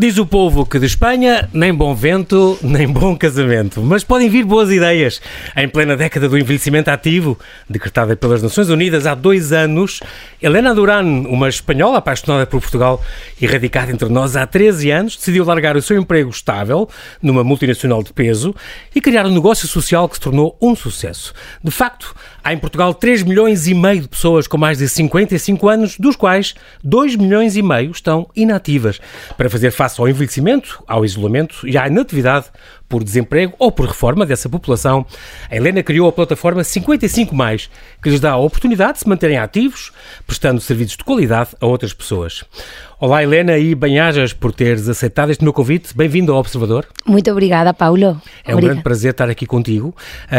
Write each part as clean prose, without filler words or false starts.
Diz o povo que de Espanha nem bom vento, nem bom casamento. Mas podem vir boas ideias. Em plena década do envelhecimento ativo, decretada pelas Nações Unidas há 2 anos, Helena Duran, uma espanhola apaixonada por Portugal e radicada entre nós há 13 anos, decidiu largar o seu emprego estável numa multinacional de peso e criar um negócio social que se tornou um sucesso. De facto, há em Portugal 3,5 milhões de pessoas com mais de 55 anos, dos quais 2,5 milhões estão inativas. Para fazer face ao envelhecimento, ao isolamento e à inatividade por desemprego ou por reforma dessa população, a Helena criou a plataforma 55+, que lhes dá a oportunidade de se manterem ativos, prestando serviços de qualidade a outras pessoas. Olá, Helena, e bem-ajas por teres aceitado este meu convite. Bem-vindo ao Observador. Muito obrigada, Paulo. É um grande prazer estar aqui contigo.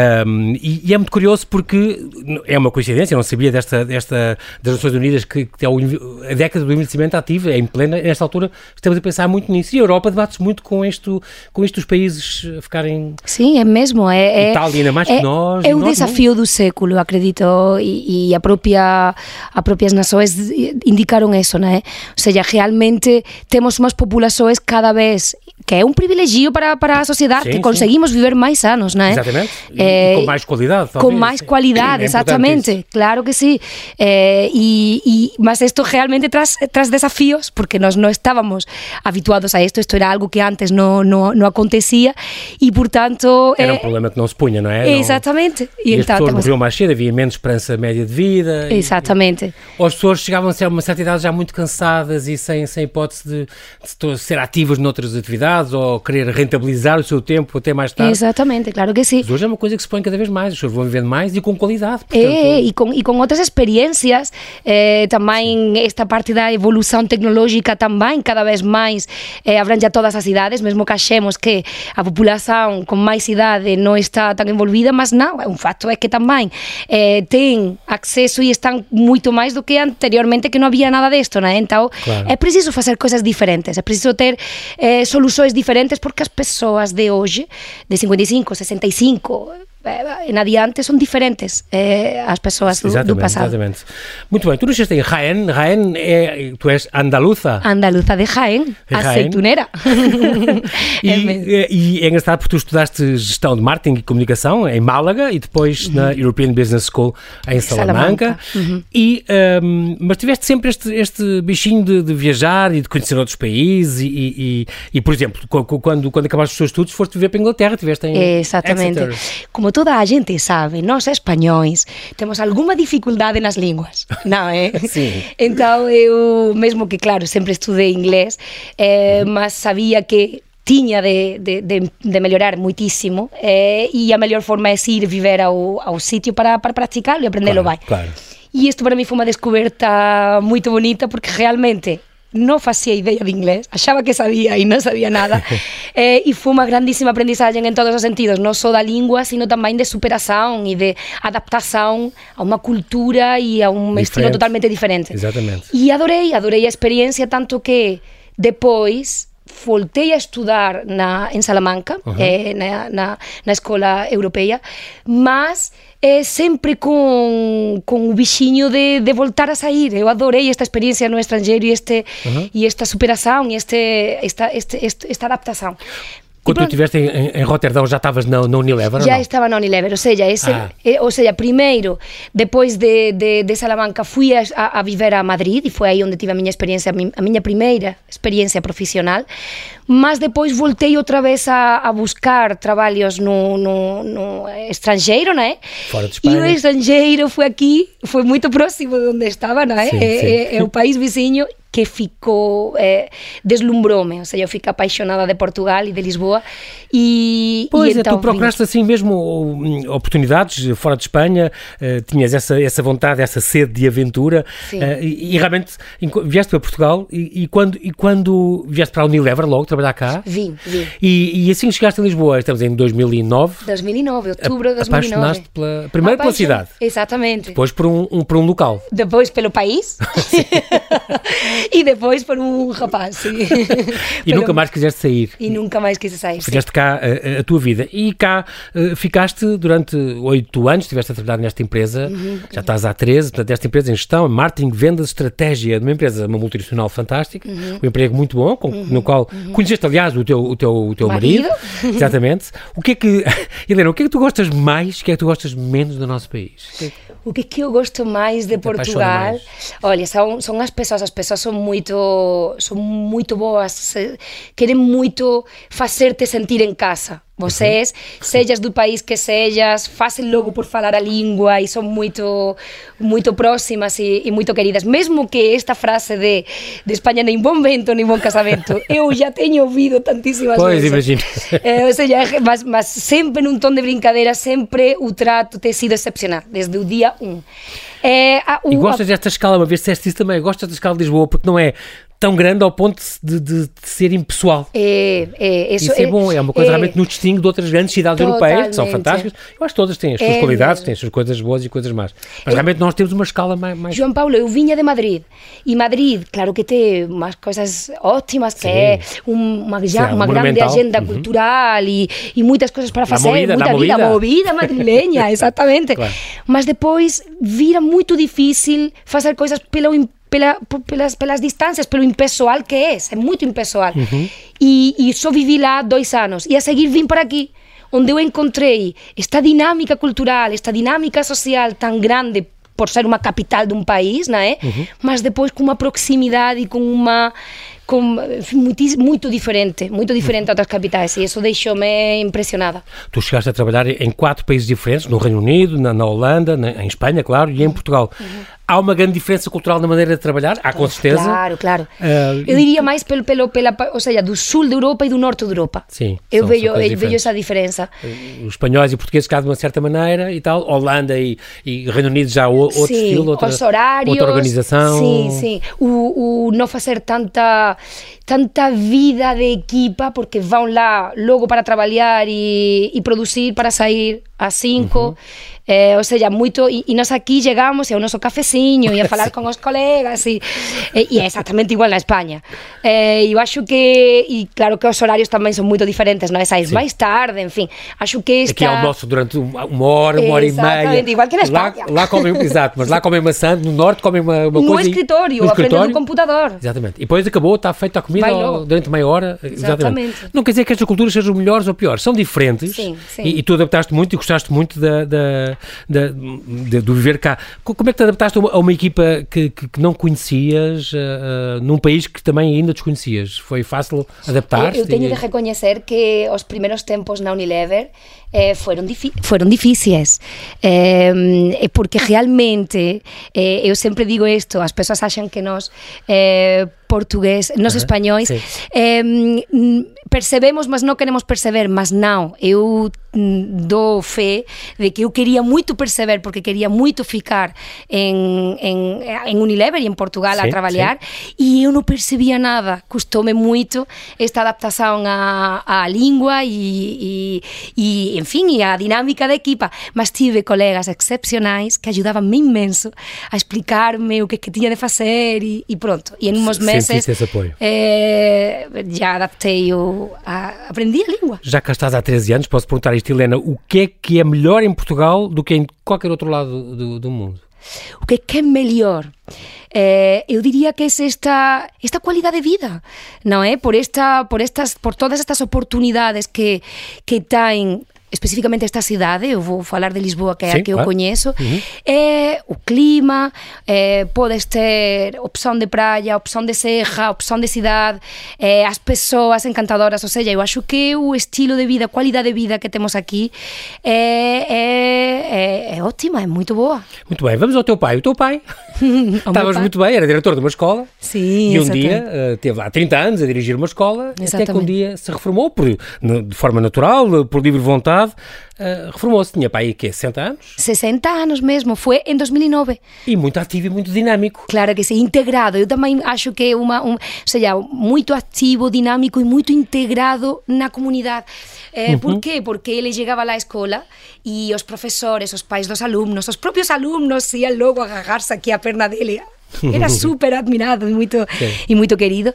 E é muito curioso porque é uma coincidência, eu não sabia das Nações Unidas que a década do envelhecimento ativo é em plena, nesta altura estamos a pensar muito nisso. E a Europa debate-se muito com isto dos países a ficarem... Sim, é mesmo. Itália ainda mais que nós. É o desafio do século, acredito, e as próprias nações indicaram isso, né? Ou seja, realmente temos umas populações cada vez, que é um privilégio para a sociedade, sim, que conseguimos viver mais anos, não é? Exatamente, e com mais qualidade. Talvez. Com mais qualidade, exatamente, claro que sim. Mas isto realmente traz desafios, porque nós não estávamos habituados a isto era algo que antes não acontecia, e portanto... Era um problema que não se punha, não é? Exatamente. E as pessoas morriam mais cedo, havia menos esperança média de vida. Exatamente. Ou as pessoas chegavam a ser uma certa idade já muito cansadas e sem hipótese de ser ativas noutras atividades ou querer rentabilizar o seu tempo até mais tarde. Exatamente, claro que sim. Mas hoje é uma coisa que se põe cada vez mais, as pessoas vão vivendo mais e com qualidade. Portanto... E com outras experiências, também esta parte da evolução tecnológica também cada vez mais abrange a todas as idades, mesmo que achemos que a população com mais idade não está tão envolvida, mas não, um fato é que também tem acesso e estão muito mais do que anteriormente, que não havia nada disto, né? Então, claro, é preciso fazer coisas diferentes, é preciso ter soluções diferentes, porque as pessoas de hoje, de 55, 65... em adiante, são diferentes as pessoas do passado. Exatamente. Muito bem, tu nasceste em Jaén. Tu és andaluza. Andaluza de Jaén, aceituneira. E é engraçado porque tu estudaste gestão de marketing e comunicação em Málaga e depois na European Business School em Salamanca. Mas tiveste sempre este bichinho de viajar e de conhecer outros países e por exemplo, quando acabaste os teus estudos, foste viver para a Inglaterra, estiveste em Exatamente. Exeter. Como toda a gente sabe, nós espanhóis temos alguma dificuldade nas línguas, não é? Sim. Então eu, mesmo que claro, sempre estudei inglês, mas sabia que tinha de melhorar muitíssimo e a melhor forma é ir viver ao sítio para praticá-lo e aprendê-lo bem. Claro. E isto para mim foi uma descoberta muito bonita, porque realmente não fazia ideia de inglês, achava que sabia e não sabia nada, e foi uma grandíssima aprendizagem em todos os sentidos, não só da língua, sino também de superação e de adaptação a uma cultura e a um estilo totalmente diferente. Exatamente. E adorei a experiência, tanto que depois voltei a estudar em Salamanca, na escola europeia, mas sempre com o bichinho de voltar a sair. Eu adorei esta experiência no estrangeiro e esta superação e esta adaptação. Quando tu estiveste em Roterdão, já estavas na Unilever? Já estava na Unilever, ou seja, primeiro, depois de Salamanca, fui a viver a Madrid e foi aí onde tive a minha primeira experiência profissional, mas depois voltei outra vez a buscar trabalhos no estrangeiro, não é? Fora de Espanha. E o estrangeiro foi muito próximo de onde estava, não é? É o país vizinho que deslumbrou-me, ou seja, eu fiquei apaixonada de Portugal e de Lisboa Pois, e então tu procuraste assim mesmo oportunidades fora de Espanha, tinhas essa vontade, essa sede de aventura, e realmente vieste para Portugal e quando vieste para a Unilever logo trabalhar cá? Vim. E assim chegaste a Lisboa, estamos em 2009. 2009, outubro de 2009. Apaixonaste primeiro pela cidade. Exatamente. Depois por um local. Depois pelo país. E depois por um rapaz, sim. E nunca mais quiseste sair. E nunca mais quis sair. Fizeste cá a tua vida. E cá ficaste durante 8 anos, estiveste a trabalhar nesta empresa, já estás há 13, portanto, esta empresa em gestão, marketing, vendas, estratégia de uma empresa, uma multinacional fantástica, um emprego muito bom, no qual conheceste, aliás, o teu marido. Exatamente. Helena, o que é que tu gostas mais, o que é que tu gostas menos do nosso país? O que é que eu gosto mais de Portugal? Mais? Olha, são as pessoas são muito boas, querem muito fazer-te sentir em casa. Vocês, sejas do país que sejas, fazem logo por falar a língua e são muito próximas e muito queridas. Mesmo que esta frase de Espanha nem bom vento, nem bom casamento, eu já tenho ouvido tantíssimas vezes. Pois, imagino. Ou seja, mas sempre num tom de brincadeira, sempre o trato tem sido excepcional, desde o dia 1. E gostas desta escala, uma vez disseste isso também, gostas da escala de Lisboa, porque não é tão grande ao ponto de ser impessoal. Isso é bom, é uma coisa realmente nos distingue de outras grandes cidades europeias, que são fantásticas. Eu acho que todas têm as suas qualidades, têm as suas coisas boas e coisas más. Mas realmente nós temos uma escala mais... João Paulo, eu vinha de Madrid, e Madrid, claro que tem umas coisas ótimas, que é uma grande agenda cultural e muitas coisas para fazer, muita vida, movida madrileña, exatamente. Claro. Mas depois vira muito difícil fazer coisas pelas distâncias, pelo impessoal que é muito impessoal. E só vivi lá 2 anos, e a seguir vim para aqui, onde eu encontrei esta dinâmica cultural, esta dinâmica social tão grande, por ser uma capital de um país, não é? Mas depois com uma proximidade e com muito diferente a outras capitais, e isso deixou-me impressionada. Tu chegaste a trabalhar em 4 países diferentes, no Reino Unido, na Holanda, em Espanha, claro, e em Portugal. Há uma grande diferença cultural na maneira de trabalhar? Há, com certeza. Claro. Eu diria mais ou seja, do sul da Europa e do norte da Europa. Sim. Eu vejo essa diferença. Os espanhóis e portugueses cá de uma certa maneira e tal. Holanda e Reino Unido já outro estilo, outra organização. Sim. O não fazer tanta vida de equipa, porque vão lá logo para trabalhar e produzir para sair às 5. Ou seja, muito, e nós aqui chegamos ao nosso cafezinho e a falar com os colegas e é exatamente igual na Espanha. Eu acho que, e claro que os horários também são muito diferentes, não é? Sais mais tarde, enfim, acho que aqui almoço durante uma hora e meia. Exatamente, igual que na Espanha. Lá comem, exato, mas lá comem maçã, no norte comem uma coisa... No escritório, aprendendo no computador. Exatamente, e depois acabou, está feita a comida durante meia hora. Exatamente. Não quer dizer que estas culturas sejam melhores ou piores, são diferentes. Sim. E tu adaptaste muito e gostaste muito do viver cá. Como é que te adaptaste a uma equipa que não conhecias, num país que também ainda desconhecias? Foi fácil adaptar-te? Eu tenho de reconhecer que os primeiros tempos na Unilever foram difíceis, porque realmente, eu sempre digo isto, as pessoas acham que nós português, nós espanhóis, percebemos, mas não queremos perceber, mas não, eu dou fé de que eu queria muito perceber, porque queria muito ficar em Unilever e em Portugal a trabalhar, e eu não percebia nada, custou-me muito esta adaptação à língua e enfim, e a dinâmica da equipa, mas tive colegas excepcionais que ajudavam-me imenso a explicar-me o que tinha de fazer e pronto, e em uns meses esse apoio. Já adaptei, aprendi a língua. Já cá estás há 13 anos, posso perguntar isto, Helena, o que é melhor em Portugal do que em qualquer outro lado do mundo? O que é melhor? Eu diria que é esta qualidade de vida, não é? Por todas estas oportunidades que tem especificamente esta cidade, eu vou falar de Lisboa, que é a que eu conheço, o clima, podes ter opção de praia, opção de serra, opção de cidade, as pessoas encantadoras, ou seja, eu acho que o estilo de vida, a qualidade de vida que temos aqui é ótima, é muito boa. Muito bem, vamos ao teu pai. O teu pai, estavas muito bem, era diretor de uma escola. Sim, e um dia teve lá 30 anos a dirigir uma escola, até que um dia se reformou, de forma natural, por livre vontade. Reformou-se, tinha para aí, 60 anos? 60 anos mesmo, foi em 2009. E muito ativo e muito dinâmico. Claro que sim, integrado. Eu também acho que é ou seja, muito ativo, dinâmico e muito integrado na comunidade. Por quê? Porque ele chegava lá à escola e os professores, os pais dos alunos, os próprios alunos iam logo agarrar-se aqui a perna dele Era super admirado e muito querido.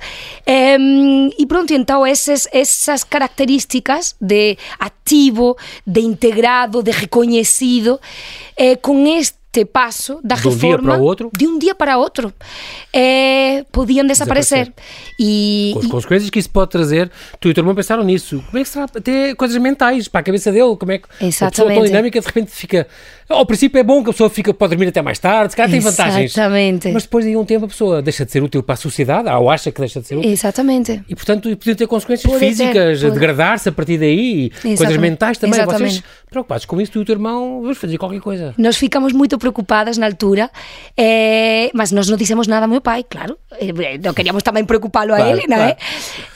E pronto, então essas características de ativo, de integrado, de reconhecido, com este passo da reforma, de um dia para outro, podiam desaparecer. Com as consequências que isso pode trazer. Tu e o teu irmão pensaram nisso. Como é que será? Até coisas mentais para a cabeça dele. Como é que a pessoa tão dinâmica de repente fica... Ao princípio é bom que a pessoa pode dormir até mais tarde, se calhar tem vantagens. Exatamente. Mas depois de um tempo a pessoa deixa de ser útil para a sociedade, ou acha que deixa de ser útil. Exatamente. E portanto podiam ter consequências físicas, degradar-se a partir daí, coisas mentais também. Exatamente. Vocês preocupados com isso, tu e o teu irmão, vamos fazer qualquer coisa. Nós ficamos muito preocupadas na altura, mas nós não dissemos nada ao meu pai, claro. Não queríamos também preocupá-lo a ele, não é?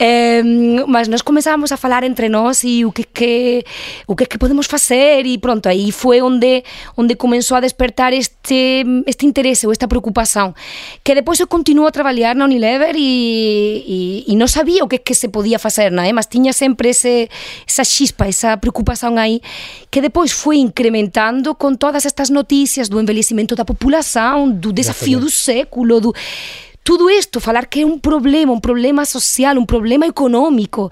Mas nós começámos a falar entre nós e o que é que podemos fazer, e pronto, aí foi onde começou a despertar este interesse ou esta preocupação, que depois eu continuo a trabalhar na Unilever e não sabia o que é que se podia fazer, não é? Mas tinha sempre essa chispa, essa preocupação aí, que depois foi incrementando com todas estas notícias do envelhecimento da população, do desafio do século, tudo isto, falar que é um problema social, um problema econômico.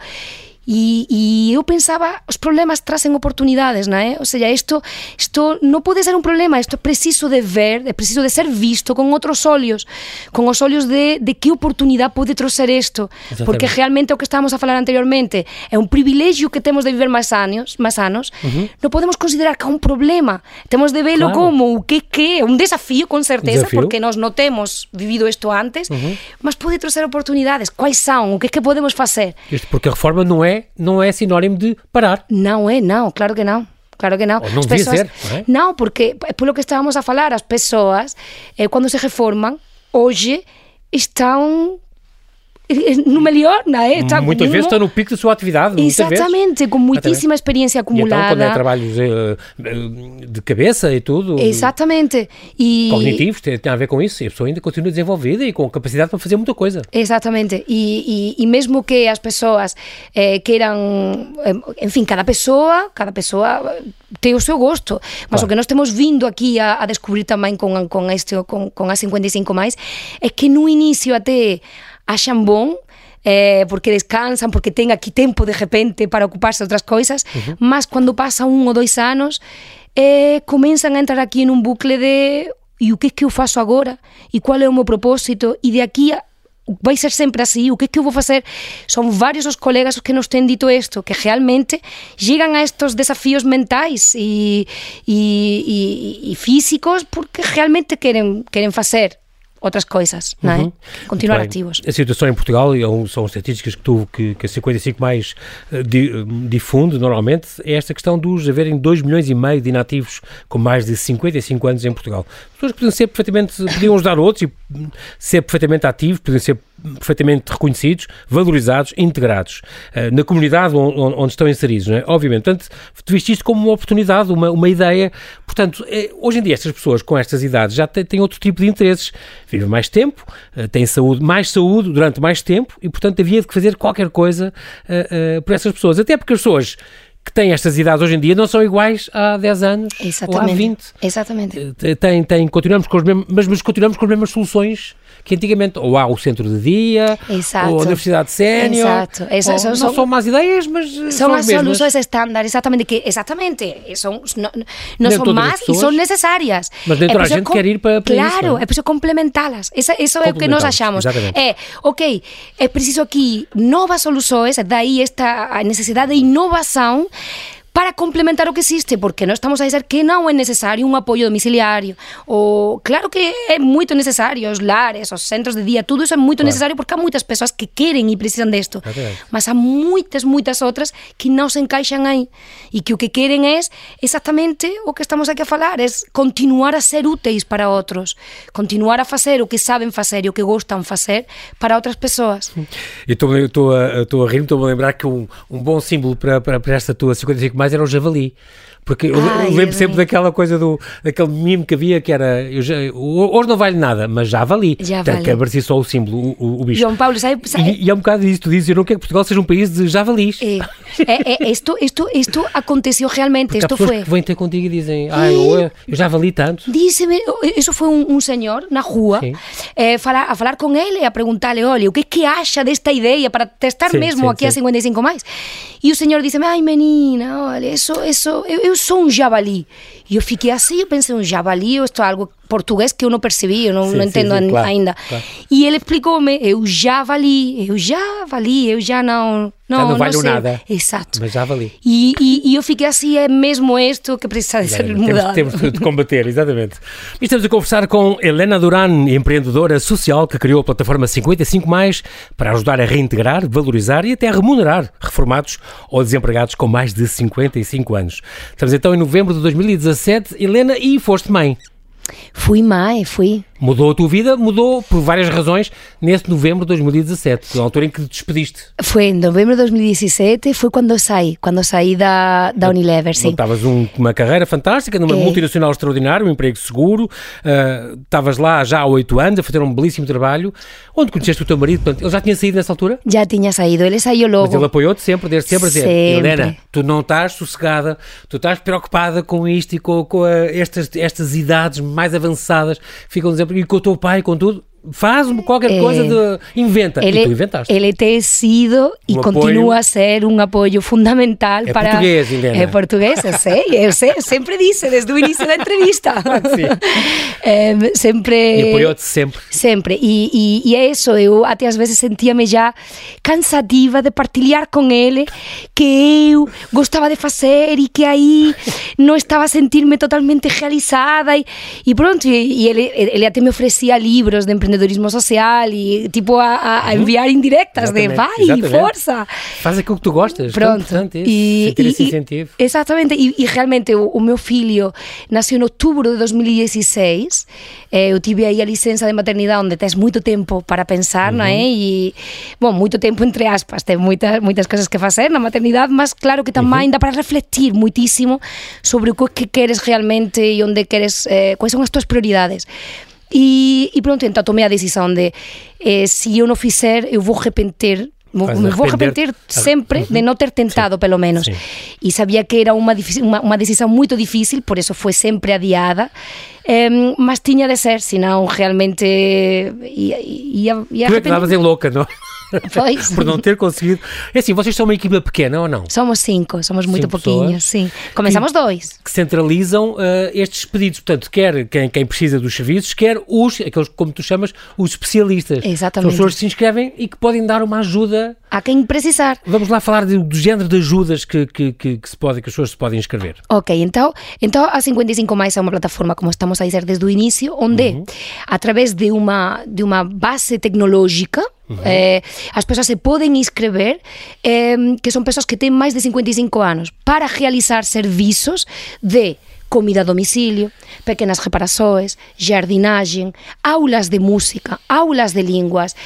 E eu pensava, os problemas trazem oportunidades, não é? Ou seja, isto não pode ser um problema, isto é preciso de ver, é preciso de ser visto com outros olhos, com os olhos de que oportunidade pode trazer isto. Exatamente. Porque realmente o que estávamos a falar anteriormente é um privilégio que temos de viver mais anos, não podemos considerar que é um problema, temos de vê-lo como o que é, um desafio com certeza, porque nós não temos vivido isto antes, mas pode trazer oportunidades. Quais são? O que é que podemos fazer? Isto porque a reforma não é sinónimo de parar. Não, claro que não. Claro que não. Ou não devia ser, não é? Não, porque, pelo que estávamos a falar, as pessoas, quando se reformam, hoje estão no melhor, não é? Muitas vezes estão no pico da sua atividade. Exatamente, com muitíssima experiência acumulada. E então, quando é trabalhos de cabeça e tudo... Exatamente. Cognitivos, tem a ver com isso, e a pessoa ainda continua desenvolvida e com capacidade para fazer muita coisa. Exatamente. E mesmo que as pessoas queiram... Enfim, cada pessoa tem o seu gosto, mas o que nós temos vindo aqui a descobrir também com a 55+, é que no início até acham bom, porque descansam, porque têm aqui tempo de repente para ocupar-se de outras coisas, mas quando passa 1 ou 2 anos, começam a entrar aqui num bucle de e o que é que eu faço agora? E qual é o meu propósito? E de aqui vai ser sempre assim, o que é que eu vou fazer? São vários os colegas que nos têm dito isto, que realmente chegam a estes desafios mentais e físicos porque realmente querem fazer outras coisas, não é? Continuar ativos. A situação em Portugal, e são estatísticas que a 55+ difunde normalmente, é esta questão dos haverem 2,5 milhões de inativos com mais de 55 anos em Portugal. Pessoas que podiam ajudar outros e ser perfeitamente ativos, podiam ser perfeitamente reconhecidos, valorizados, integrados na comunidade onde estão inseridos, não é? Obviamente. Portanto, viste isto como uma oportunidade, uma ideia. Portanto, hoje em dia estas pessoas com estas idades já têm outro tipo de interesses. Vivem mais tempo, têm mais saúde durante mais tempo e, portanto, havia de fazer qualquer coisa por essas pessoas. Até porque as pessoas que têm estas idades hoje em dia não são iguais há 10 anos ou há 20. Exatamente. Continuamos com os mesmos, mas continuamos com as mesmas soluções que antigamente, ou há o centro de dia, ou a universidade sénior, não são más ideias, mas são as soluções estándar, exatamente, não são más e são necessárias. Mas nem toda a gente quer ir para claro, isso. Claro, é preciso complementá-las. Isso é o que nós achamos. É preciso aqui novas soluções, daí a necessidade de inovação para complementar o que existe, porque não estamos a dizer que não é necessário um apoio domiciliário, ou claro que é muito necessário, os lares, os centros de dia, tudo isso é muito necessário porque há muitas pessoas que querem e precisam disto, mas há muitas outras que não se encaixam aí, e que o que querem é exatamente o que estamos aqui a falar, é continuar a ser úteis para outros, continuar a fazer o que sabem fazer e o que gostam de fazer para outras pessoas. Estou a rir-me, estou a lembrar que um bom símbolo para esta tua 55+ era o javali, Porque eu lembro sempre daquela coisa daquele meme que havia que era hoje não vale nada, mas já vali. Que aparecia só o símbolo, o bicho. João Paulo, sabe? E é um bocado isso, tu dizes, eu não quero que Portugal seja um país de javalis. Esto aconteceu realmente. Porque esto há pessoas foi. que vêm ter contigo e dizem, eu já vali tanto. Díceme, eso foi un señor na rúa a falar con ele e a preguntarle, olha, o que acha desta ideia para testar mesmo aqui a 55 máis? E o señor díceme, ai menina, olha, eu sou um javali. E eu fiquei assim, eu pensei, um javali, isto é algo português que eu não percebi, eu não entendo ainda. Claro. E ele explicou-me, eu já vali, eu já não valho nada. Exato. Mas já vali. E eu fiquei assim, é mesmo isto que precisa de ser mudado. Temos de combater, exatamente. E estamos a conversar com Helena Duran, empreendedora social que criou a plataforma 55 Mais para ajudar a reintegrar, valorizar e até remunerar reformados ou desempregados com mais de 55 anos. Estamos então em novembro de 2017, Helena, e foste mãe. Fui mãe. Mudou a tua vida? Mudou por várias razões nesse novembro de 2017, na altura em que te despediste. Foi em novembro de 2017, foi quando saí da Unilever, sim. Estavas uma carreira fantástica, numa multinacional extraordinária, um emprego seguro, estavas lá já há 8 anos a fazer um belíssimo trabalho. Onde conheceste o teu marido? Portanto, ele já tinha saído nessa altura? Já tinha saído, ele saiu logo. Mas ele apoiou-te sempre, desde sempre a dizer, Helena, tu não estás sossegada, tu estás preocupada com isto e com estas idades mais avançadas, ficam a dizer, e com o teu pai, com tudo, faz qualquer coisa, inventa. E tu inventaste. Ele tem sido e continua a ser um apoio fundamental para... Português, Helena. É português, eu sei, sempre disse, desde o início da entrevista. Sim. Sempre... E apoiou-te sempre. Sempre. E é isso, eu até às vezes sentia-me já cansativa de partilhar com ele que eu gostava de fazer e que aí não estava a sentir-me totalmente realizada e pronto, e ele até me oferecia livros de empreendedorismo social e tipo a enviar indiretas de vai, força. Faz aquilo que tu gostas. Pronto. Importante isso, sentir esse incentivo. Exatamente. E realmente o meu filho nasceu em outubro de 2016. Eu tive aí a licença de maternidade onde tens muito tempo para pensar, não é? E, bom, muito tempo entre aspas, tem muitas coisas que fazer na maternidade, mas claro que também dá para refletir muitíssimo sobre o que queres realmente e onde queres, quais são as tuas prioridades. E pronto, então tomei a decisão de se eu não fizer, eu vou arrepender. Me vou arrepender sempre de não ter tentado, pelo menos. Sim. E sabia que era uma decisão muito difícil, por isso foi sempre adiada. Mas tinha de ser, senão realmente ia arrepender. Tu é que estavas em louca, não? Pois. Por não ter conseguido. É assim, vocês são uma equipa pequena ou não? Somos 5, somos muito pouquinhos, sim. Começamos 2. Que centralizam estes pedidos. Portanto, quer quem precisa dos serviços, quer aqueles, como tu chamas, os especialistas. Exatamente. São pessoas que se inscrevem e que podem dar uma ajuda a quem precisar. Vamos lá falar do género de ajudas que as pessoas se podem inscrever. Ok, então a 55 Mais é uma plataforma, como estamos a dizer desde o início, onde através de uma base tecnológica as pessoas se podem inscrever, que são pessoas que têm mais de 55 anos, para realizar serviços de comida a domicílio, pequenas reparações, jardinagem, aulas de música, aulas de línguas,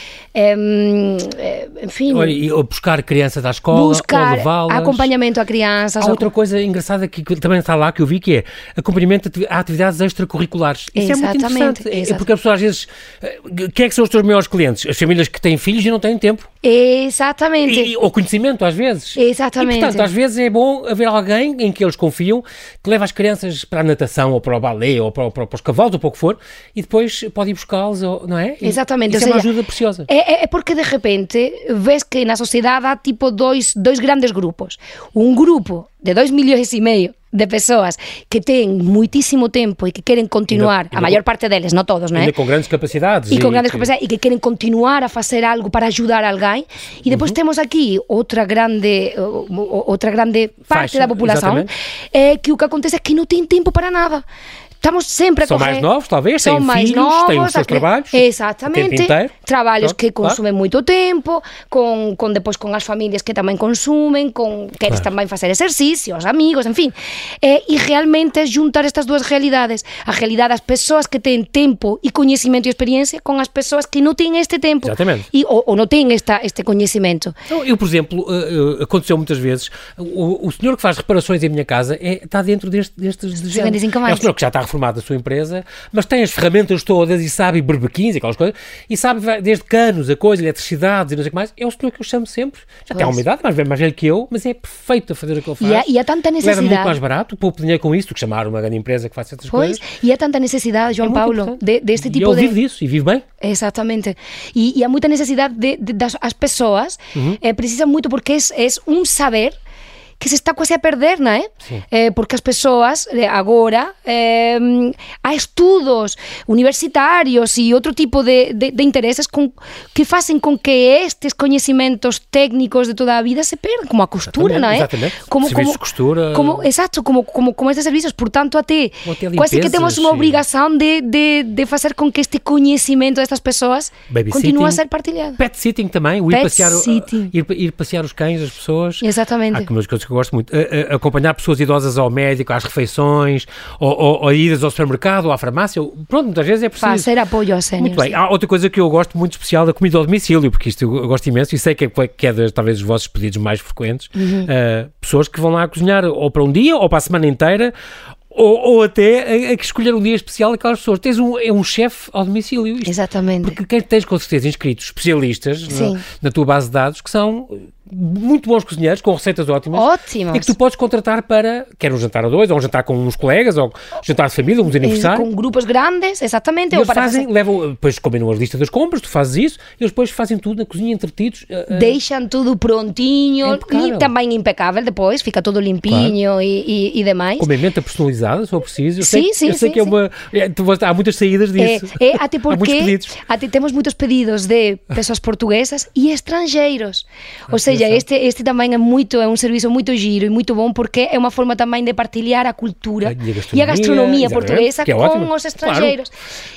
enfim... Ou buscar crianças à escola, ou levá-las... acompanhamento a crianças... Há outra coisa engraçada que também está lá, que eu vi, que é acompanhamento a atividades extracurriculares. Isso é muito interessante, porque as pessoas às vezes... Quem é que são os teus maiores clientes? As famílias que têm filhos e não têm tempo. Exatamente. Ou conhecimento, às vezes. Exatamente. E, portanto, às vezes é bom haver alguém em que eles confiam, que leva as crianças para a natação, ou para o balé, ou para os cavalos, ou para o que for, e depois pode ir buscá-los, não é? Exatamente. Isso é uma ajuda preciosa. É porque, de repente, vês que na sociedade há tipo dois grandes grupos. Um grupo de 2,5 milhões de pessoas que têm muitíssimo tempo e que querem continuar, a maior parte deles, não todos, não é? Ainda com grandes capacidades. E que querem continuar a fazer algo para ajudar alguém. E depois temos aqui outra grande parte da população que o que acontece é que não tem tempo para nada. estamos sempre a São correr. mais novos, talvez, São têm mais filhos, novos, têm os seus trabalhos. Exatamente. O tempo inteiro. Trabalhos que Claro. consumem muito tempo, depois com as famílias que também consumem, queres também fazer exercício, os amigos, enfim. E realmente é juntar estas duas realidades. A realidade das pessoas que têm tempo e conhecimento e experiência com as pessoas que não têm este tempo. Exatamente. Ou não têm este conhecimento. Então, eu, por exemplo, aconteceu muitas vezes, o senhor que faz reparações em minha casa está dentro destes de género. É o senhor que já está reformado da sua empresa, mas tem as ferramentas todas e sabe berbequins e aquelas coisas, e sabe desde canos, a coisa, eletricidades e não sei o que mais. É o senhor que eu chamo sempre. Já tem uma idade, mais velho que eu, mas é perfeito a fazer o que ele faz. E há tanta necessidade. Leva muito mais barato, poupo dinheiro com isso do que chamar uma grande empresa que faça essas coisas. E há tanta necessidade, João Paulo, deste tipo de... E ele vive disso, e vive bem. Exatamente. E há muita necessidade das pessoas, precisam muito porque é um saber que se está quase a perder, não é? Porque as pessoas agora há estudos universitários e outro tipo de interesses que fazem com que estes conhecimentos técnicos de toda a vida se perdan, como a costura, não é? Exatamente. Serviços de costura. Exato, como estes serviços. Portanto, até quase que temos uma obrigação de fazer com que este conhecimento destas pessoas continue a ser partilhado. Pet sitting também, ir passear os cães das pessoas. Exatamente. Há umas coisas que eu gosto muito, acompanhar pessoas idosas ao médico, às refeições, ou idas ao supermercado, ou à farmácia, pronto, muitas vezes é preciso. Fazer apoio aos séniores. Muito bem. Há outra coisa que eu gosto muito especial da comida ao domicílio, porque isto eu gosto imenso e sei que é talvez os vossos pedidos mais frequentes. Pessoas que vão lá cozinhar ou para um dia, ou para a semana inteira, ou até a escolher um dia especial aquelas pessoas. Tens um chefe ao domicílio. Exatamente. Porque quem tens com certeza inscritos especialistas na tua base de dados, que são muito bons cozinheiros, com receitas ótimas. E que tu podes contratar para, quer um jantar a dois, ou um jantar com uns colegas, ou um jantar de família, uns aniversários. Com grupos grandes, exatamente. E eles depois combinam as listas das compras, tu fazes isso, e eles depois fazem tudo na cozinha, entretidos. Deixam tudo prontinho, e também impecável depois, fica tudo limpinho e demais. Com emenda personalizada, se for preciso. Eu sei que há muitas saídas disso. Até porque temos muitos pedidos de pessoas portuguesas e estrangeiros. Ou seja, este também é um serviço muito giro e muito bom porque é uma forma também de partilhar a cultura e a gastronomia portuguesa com os estrangeiros.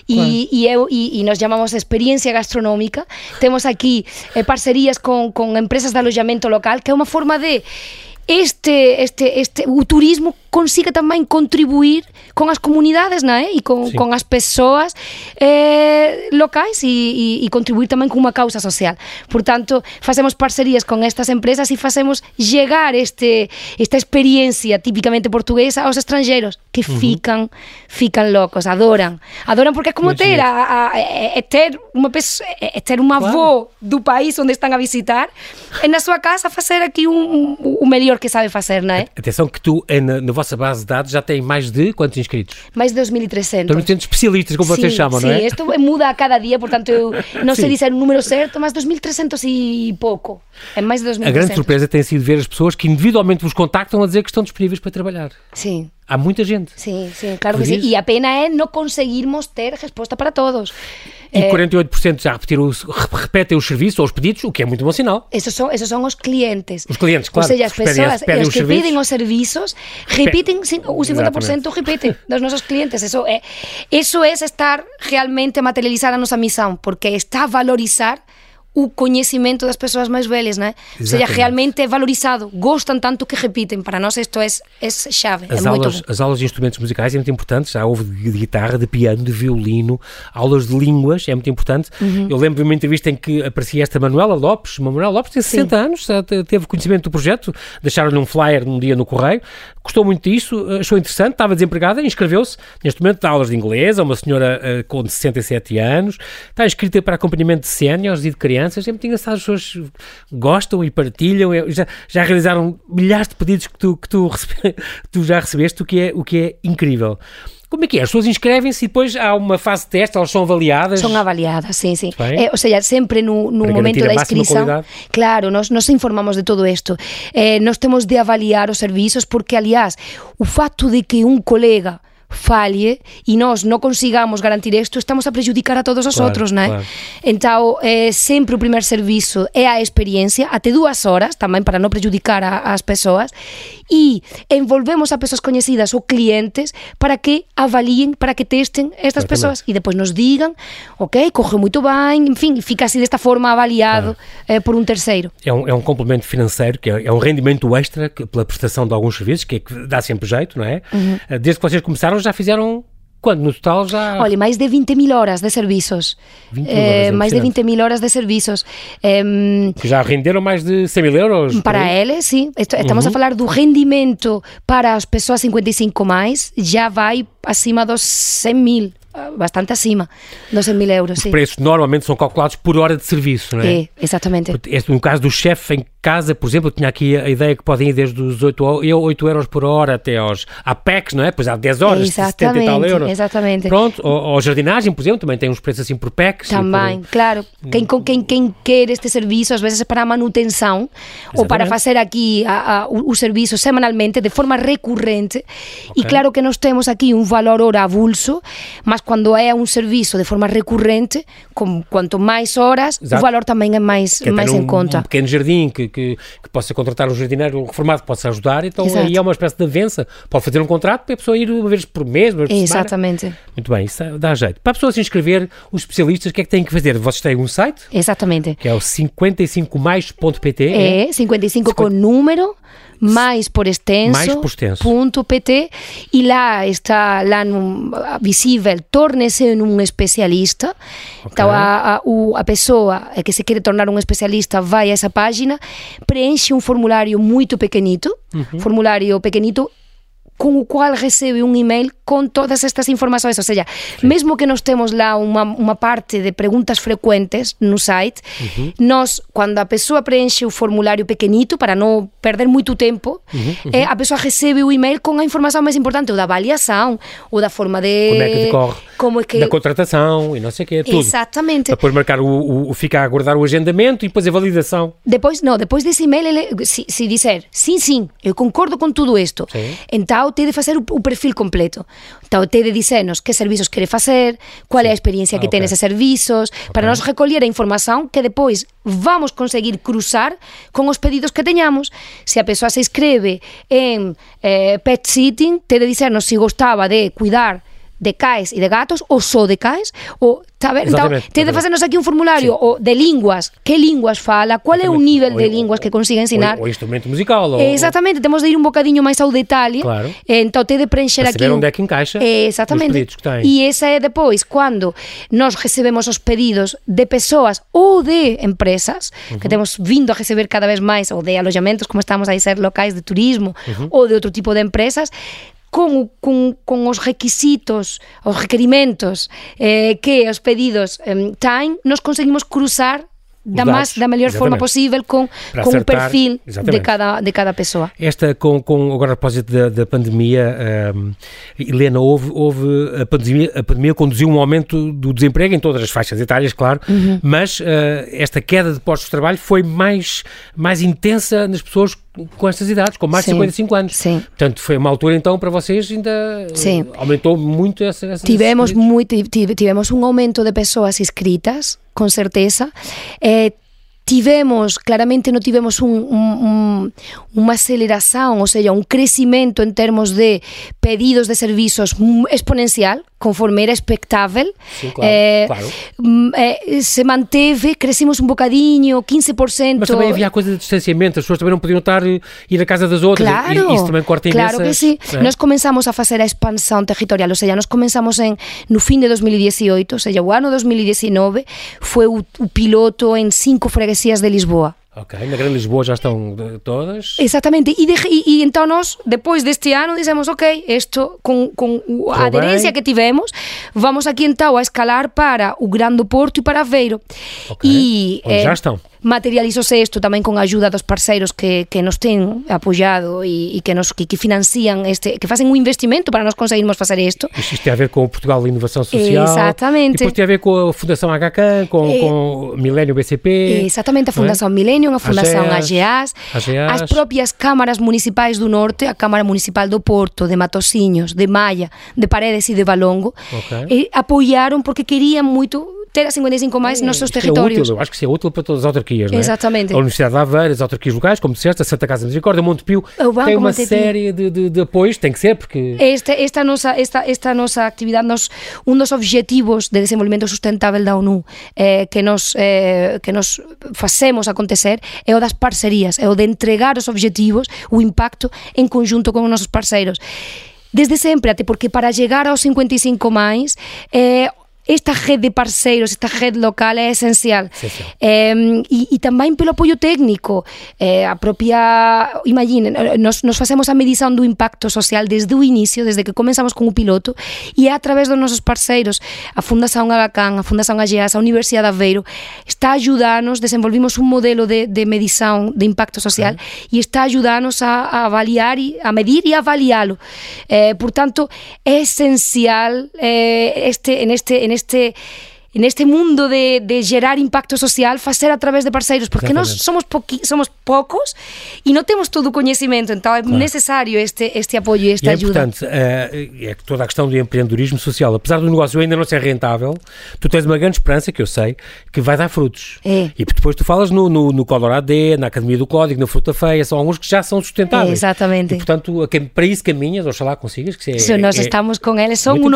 E nós chamamos experiência gastronómica. Temos aqui parcerias com empresas de alojamento local, que é uma forma de o turismo consiga também contribuir com as comunidades, não é? E com as pessoas locais e contribuir também com uma causa social. Portanto, fazemos parcerias com estas empresas e fazemos chegar esta experiência tipicamente portuguesa aos estrangeiros que ficam loucos, adoram porque é como ter uma avó do país onde estão a visitar e na sua casa fazer aqui o melhor que sabe fazer, não é? Atenção que tu, na vossa base de dados, já tem mais de quantos inscritos? Mais de 2.300. 2.300 especialistas, como vocês chamam, não é? Sim, isto muda a cada dia, portanto eu não sei dizer o número certo, mas 2.300 e pouco. É mais de 2.300. A grande surpresa tem sido ver as pessoas que individualmente vos contactam a dizer que estão disponíveis para trabalhar. Sim. Há muita gente. Sim, claro que sim. E a pena é não conseguirmos ter resposta para todos. E 48% já repetem os serviços ou os pedidos, o que é muito bom sinal. Esses são os clientes. Os clientes, claro. Ou seja, as pessoas que pedem os serviços repetem, o 50% repetem dos nossos clientes. Isso é estar realmente a materializar a nossa missão, porque está a valorizar o conhecimento das pessoas mais velhas, não é? Ou seja, realmente é valorizado, gostam tanto que repitem. Para nós isto é chave, As aulas de instrumentos musicais é muito importante, já houve de guitarra, de piano, de violino, aulas de línguas, é muito importante. Eu lembro de uma entrevista em que aparecia esta Manuela Lopes tem 60 anos, teve conhecimento do projeto, deixaram-lhe um flyer um dia no correio, gostou muito disso, achou interessante, estava desempregada, inscreveu-se, neste momento dá aulas de inglês, é uma senhora com 67 anos, está inscrita para acompanhamento de séniores e de crianças. É muito engraçado, as pessoas gostam e partilham, já realizaram milhares de pedidos que tu já recebeste, o que é incrível. Como é que é? As pessoas inscrevem-se e depois há uma fase de teste, elas são avaliadas? São avaliadas, sim. Ou seja, sempre no momento da inscrição. Claro, nós informamos de todo isto. Nós temos de avaliar os serviços porque, aliás, o fato de que um colega falhe e nós não consigamos garantir isto, estamos a prejudicar a todos os outros, não é? Claro. Então, sempre o primeiro serviço é a experiência, até 2 horas, também para não prejudicar as pessoas, e envolvemos a pessoas conhecidas ou clientes para que avaliem, para que testem estas pessoas e depois nos digam, ok, correu muito bem, enfim, fica assim desta forma avaliado por um terceiro. É um complemento financeiro, que é um rendimento extra pela prestação de alguns serviços, que dá sempre jeito, não é? Desde que vocês começaram, já fizeram... Quando no total já... Olha, mais de 20.000 horas de serviços. 20 horas, mais de 20.000 horas de serviços. Que já renderam mais de 100.000 euros? Para eles, sim. Estamos a falar do rendimento para as pessoas 55 mais, já vai acima dos 100.000. Bastante acima dos 100.000 euros. Os preços normalmente são calculados por hora de serviço, não é? Exatamente. No caso do chefe em casa, por exemplo, eu tinha aqui a ideia que podem ir desde os 8 euros por hora até aos APEX, não é? Pois há 10 horas, 70 e tal euros. Exatamente. Pronto, ou jardinagem, por exemplo, também tem uns preços assim por PECs. Também, claro. Quem quer este serviço, às vezes é para a manutenção ou para fazer aqui o serviço semanalmente, de forma recorrente. E claro que nós temos aqui um valor hora avulso, mas quando é um serviço de forma recorrente, quanto mais horas, o valor também é mais em conta. Um pequeno jardim que possa contratar um jardineiro reformado que possa ajudar, então aí é uma espécie de avança. Pode fazer um contrato para a pessoa ir uma vez por mês, uma vez por semana. Exatamente. Muito bem, isso dá jeito. Para a pessoa se inscrever, os especialistas, o que é que têm que fazer? Vocês têm um site? Exatamente. Que é o 55mais.pt. É 55 com número, mais por extenso.pt, e lá está visível, torne-se um especialista. Então a pessoa que se quer tornar um especialista vai a essa página, preenche um formulário muito pequenito, com o qual recebe um e-mail com todas estas informações, ou seja, mesmo que nós temos lá uma parte de perguntas frequentes no site, nós, quando a pessoa preenche o formulário pequenito, para não perder muito tempo, a pessoa recebe o e-mail com a informação mais importante, ou da avaliação, ou da forma de... Como é que decorre, da contratação e não sei o quê, tudo. Exatamente. Para depois marcar fica a aguardar o agendamento e depois a validação. Depois desse e-mail, se disser, sim, eu concordo com tudo isto, então tem de fazer o perfil completo. Então tem de dizer-nos que serviços quer fazer, qual é a experiência que tem nesses serviços, para nós recolher a informação que depois vamos conseguir cruzar com os pedidos que tenhamos. Se a pessoa se inscreve em pet sitting, tem de dizer-nos se gostava de cuidar de cães e de gatos, ou só de cães, ou, então, tem de fazer-nos aqui um formulário de línguas, que línguas fala, qual é o nível de línguas que consiga ensinar. Ou instrumento musical. Exatamente, temos de ir um bocadinho mais ao detalhe, então tem de preencher aqui... Saber onde é que encaixa exatamente. os pedidos que tem. E essa é depois, quando nós recebemos os pedidos de pessoas ou de empresas, que temos vindo a receber cada vez mais, ou de alojamentos, como estamos a dizer, locais de turismo, ou de outro tipo de empresas, com os requisitos, os requerimentos que os pedidos têm, nós conseguimos cruzar da melhor forma possível com o perfil de cada pessoa. Agora a propósito da pandemia, Helena, houve a pandemia conduziu um aumento do desemprego em todas as faixas etárias, claro, mas esta queda de postos de trabalho foi mais intensa nas pessoas com estas idades, com mais de 55 anos. Sim. Portanto, foi uma altura então para vocês ainda aumentou muito essa tivemos um aumento de pessoas inscritas, com certeza. Claramente não tivemos uma aceleração, ou seja, um crescimento em termos de pedidos de serviços exponencial, conforme era expectável. Sim, claro. Se manteve, crescimos um bocadinho, 15%. Mas também havia a coisa de distanciamento, as pessoas também não podiam ir à casa das outras. Claro, e isso também corta imensas... Claro que sim. Nós começamos a fazer a expansão territorial, ou seja, nós começamos no fim de 2018, ou seja, o ano 2019 foi o piloto em 5 freguesias de Lisboa. Ok, na Grande Lisboa já estão todas. Exatamente, e então nós, depois deste ano, dizemos, ok, isto, com a aderência que tivemos, vamos aqui então a escalar para o Grande Porto e para Aveiro. Ok, onde já estão. materializouse isto tamén con a ajuda dos parceiros que nos ten apoiado e que financian que facen un investimento para nós conseguirmos facer isto. Isto tem a ver com o Portugal Inovação Social. Exatamente. E depois tem a ver com a Fundação HK, com o Millennium BCP. Exatamente, a Fundação Millennium, a Fundação AGEAS, as próprias câmaras municipais do Norte, a Câmara Municipal do Porto, de Matosinhos, de Maia, de Paredes e de Valongo, apoiaram porque queriam muito ter a 55 mais nos seus territórios. Acho que isso é útil para todas as autarquias, não é? Exatamente. A Universidade de Aveiro, as autarquias locais, como disseste, a Santa Casa de Misericórdia, Montepio, tem uma série de apoios, tem que ser, porque... Esta nosa actividade, un dos objetivos de desenvolvimento sustentável da ONU que nos facemos acontecer é o das parcerías, é o de entregar os objetivos, o impacto en conjunto con os nosos parceiros. Desde sempre, até porque para chegar aos 55 máis, esta rede de parceiros, esta rede local é esencial. E tamén pelo apoio técnico, a propia, imaginen, nos facemos a medición do impacto social desde o inicio, desde que comenzamos con o piloto, e é a través dos nosos parceiros, a Fundación Agacan, a Fundación AGEAS, a Universidade de Aveiro, está a ajudarnos, desenvolvimos un modelo de medición de impacto social e está a ajudarnos a avaliar, a medir e a avaliá-lo. Portanto, é esencial en este mundo de gerar impacto social, facer a través de parceiros, porque nós somos poucos e non temos todo o coñecimento, então é necessário este apoio e esta ajuda. Importante, é que toda a questão do empreendedorismo social, apesar do negócio ainda não ser rentável, tu tens uma grande esperança, que eu sei, que vai dar frutos. E depois tu falas no Colorado D, na Academia do Código, na Fruta Feia, são alguns que já são sustentáveis. Exatamente. E, portanto, para isso caminhas, oxalá consigas. Que nós estamos com eles, são o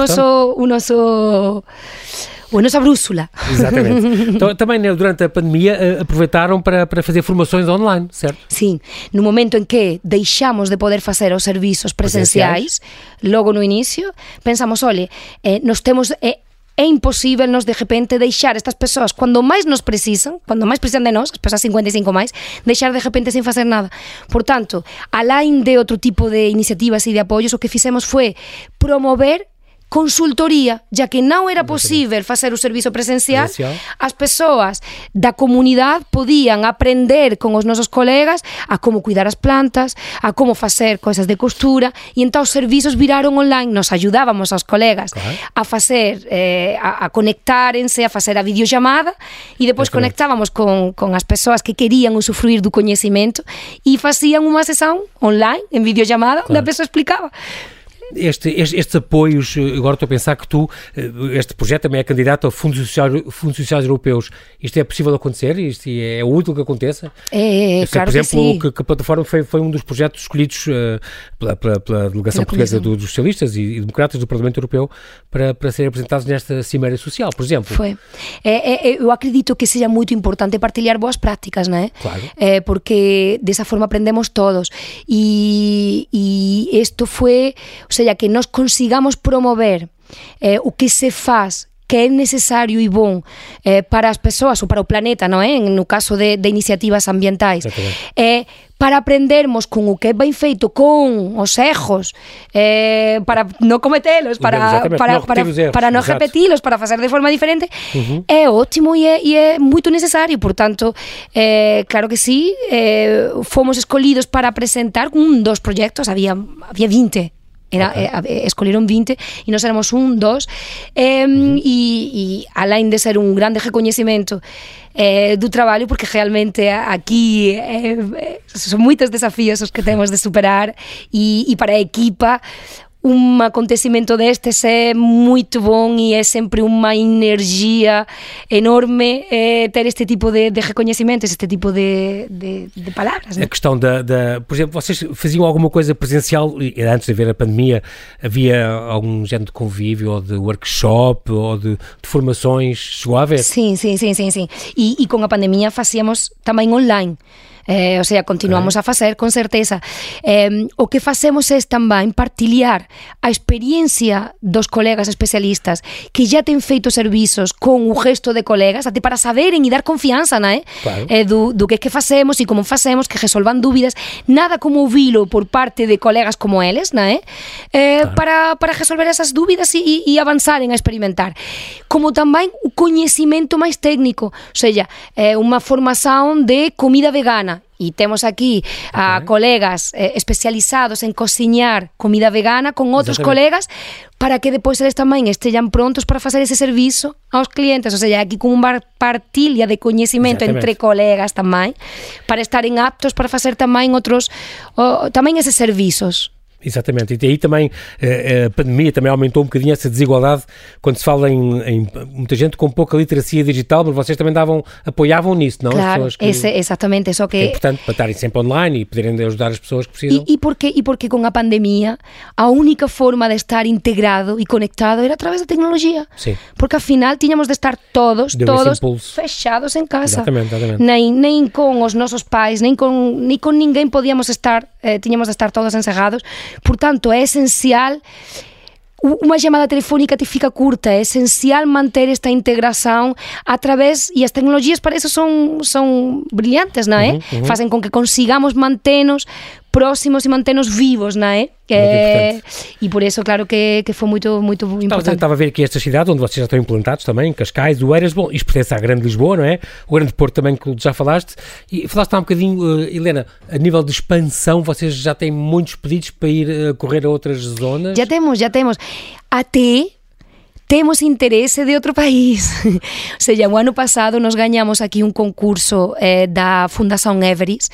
nossa brúxula. Exatamente. Então, também durante a pandemia aproveitaram para fazer formações online, certo? Sim. No momento em que deixamos de poder fazer os serviços presenciais, logo no início, pensamos, olha, nós temos... É impossível nos de repente deixar estas pessoas, quando mais nos precisam, quando mais precisam de nós, as pessoas 55 mais, deixar de repente sem fazer nada. Portanto, além de outro tipo de iniciativas e de apoios, o que fizemos foi promover consultoría, já que non era posible facer o servizo presencial, as persoas da comunidade podían aprender con os nosos colegas a como cuidar as plantas, a como facer cousas de costura, e entón os servizos viraron online. Nos ayudábamos aos colegas a facer, a conectárense, a facer a videollamada, e depois conectábamos con as persoas que querían usufruir do coñecimento e facían unha sesión online, en videollamada, onde a persoa explicaba. Estes apoios, agora estou a pensar que este projeto também é candidato a fundos sociais europeus. Isto é possível acontecer? Isto é útil que aconteça? Claro, por exemplo, que a plataforma foi um dos projetos escolhidos pela delegação portuguesa dos socialistas e democratas do Parlamento Europeu para serem apresentados nesta cimeira social, por exemplo. Foi. Eu acredito que seja muito importante partilhar boas práticas, não é? Claro. Porque dessa forma aprendemos todos. E isto foi... Ou seja, que nós consigamos promover o que se faz, que é necessário e bom para as pessoas ou para o planeta, não é? No caso de iniciativas ambientais. Para aprendermos com o que é bem feito, com os erros, para não cometê-los, para não repeti-los, para fazer de forma diferente, é ótimo e é muito necessário. Portanto, claro que sim, fomos escolhidos para apresentar dos projetos, havia 20. Escolheron 20 e nós éramos dos e além de ser un grande recoñecemento do traballo, porque realmente aquí son moitos desafíos os que temos de superar e para a equipa un acontecimento destes é muito bom e é sempre uma energia enorme ter este tipo de reconhecimentos, este tipo de palavras. A questão por exemplo, vocês faziam alguma coisa presencial, antes de haver a pandemia, havia algum género de convívio ou de workshop ou de formações? Chegou a haver? Sim. E com a pandemia fazíamos também online. ou seja, continuamos a facer, con certeza. O que facemos é tamén partilhar a experiencia dos colegas especialistas que já ten feito servizos con o resto de colegas, até para saberen e dar confianza, non é? Claro. Do que facemos e como facemos, que resolvan dúbidas, nada como ouvilo por parte de colegas como eles, non é? Claro. Para resolver esas dúbidas e avanzaren a experimentar. Como tamén o coñecimento máis técnico, ou seja, unha formación de comida vegana. E temos aquí a colegas especializados en cociñar comida vegana con outros colegas para que depois eles tamén estean prontos para facer ese servizo aos clientes. Ou seja, aquí con unha partilha de coñecimento entre colegas tamén, para estarem aptos para facer tamén outros, tamén esses servizos. Exatamente, e aí também a pandemia também aumentou um bocadinho essa desigualdade quando se fala em muita gente com pouca literacia digital, mas vocês também apoiavam nisso, não? Claro, exatamente, só que... É importante para estarem sempre online e poderem ajudar as pessoas que precisam. E porque com a pandemia a única forma de estar integrado e conectado era através da tecnologia. Sim. Porque afinal tínhamos de estar todos fechados em casa. Exatamente. Nem com os nossos pais, nem com ninguém podíamos estar, tínhamos de estar todos encerrados. Portanto, é essencial, uma chamada telefónica te fica curta, é essencial manter esta integração através, e as tecnologias para isso são brilhantes, não é? Fazem com que consigamos manter-nos próximos e manter-nos vivos, não é? E por isso, claro, que foi muito importante. Estava a ver aqui estas cidades onde vocês já estão implantados também, Cascais, Oeiras, bom, isto pertence à Grande Lisboa, não é? O Grande Porto também, que já falaste, e falaste há um bocadinho, Helena, a nível de expansão, vocês já têm muitos pedidos para ir correr a outras zonas? Já temos. Até temos interesse de outro país. Ou seja, o ano passado nós ganhamos aqui um concurso da Fundação Everest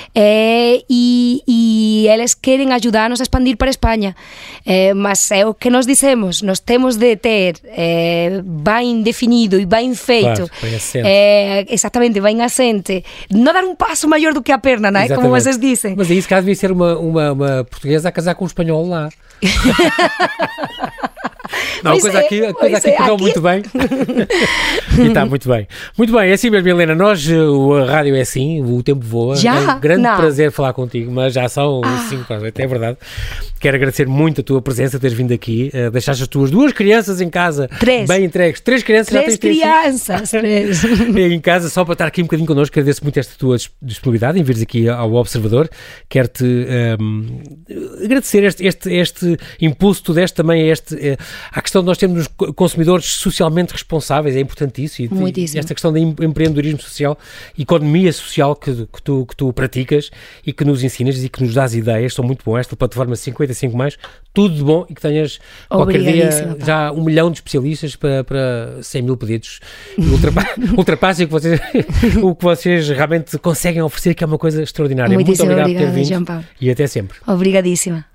e eles querem ajudar-nos a expandir para a Espanha. Mas é o que nós dissemos, nós temos de ter bem definido e bem feito. Claro, bem assente. Exatamente, bem assente. Não dar um passo maior do que a perna, não é? Como vocês dizem. Mas isso, caso devia ser uma portuguesa a casar com um espanhol lá. Não, a coisa aqui correu muito bem. E está muito bem. Muito bem, é assim mesmo, Helena. Nós, a rádio é assim, o tempo voa. Já? É um grande prazer falar contigo, mas já são 5 para 8, é verdade. Quero agradecer muito a tua presença, teres vindo aqui, deixaste as tuas 2 crianças em casa. 3. Bem entregues. 3 crianças. 3 crianças. 3. Em casa, só para estar aqui um bocadinho connosco. Agradeço muito esta tua disponibilidade em vires aqui ao Observador. Quero-te agradecer este impulso que tu deste também à questão de nós termos consumidores socialmente responsáveis. É importante isso. E esta questão de empreendedorismo social, economia social que tu praticas e que nos ensinas e que nos dás ideias. São muito bom. Esta plataforma 55+, tudo de bom, e que tenhas qualquer dia já 1 milhão de especialistas para 100 mil pedidos. Ultrapassem o que vocês realmente conseguem oferecer, que é uma coisa extraordinária. Muito obrigado por ter vindo. João Paulo. E até sempre. Obrigadíssima.